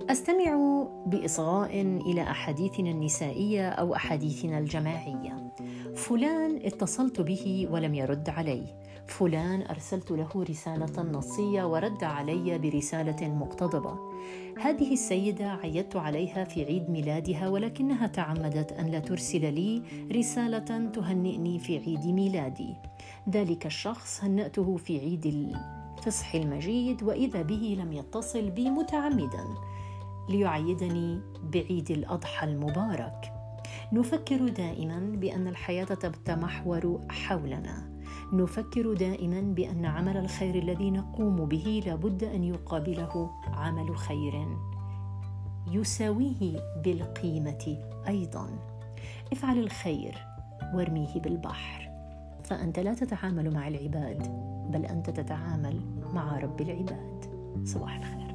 أستمع بإصغاء إلى أحاديثنا النسائية أو أحاديثنا الجماعية. فلان اتصلت به ولم يرد علي، فلان أرسلت له رسالة نصية ورد علي برسالة مقتضبة. هذه السيدة عيدت عليها في عيد ميلادها ولكنها تعمدت أن لا ترسل لي رسالة تهنئني في عيد ميلادي. ذلك الشخص هنأته في عيد الفصح المجيد وإذا به لم يتصل بي متعمدا ليعيدني بعيد الأضحى المبارك. نفكر دائما بأن الحياة تتمحور حولنا، نفكر دائما بأن عمل الخير الذي نقوم به لابد أن يقابله عمل خير يساويه بالقيمة أيضا. افعل الخير وارميه بالبحر، فأنت لا تتعامل مع العباد بل أنت تتعامل مع رب العباد. صباح الخير.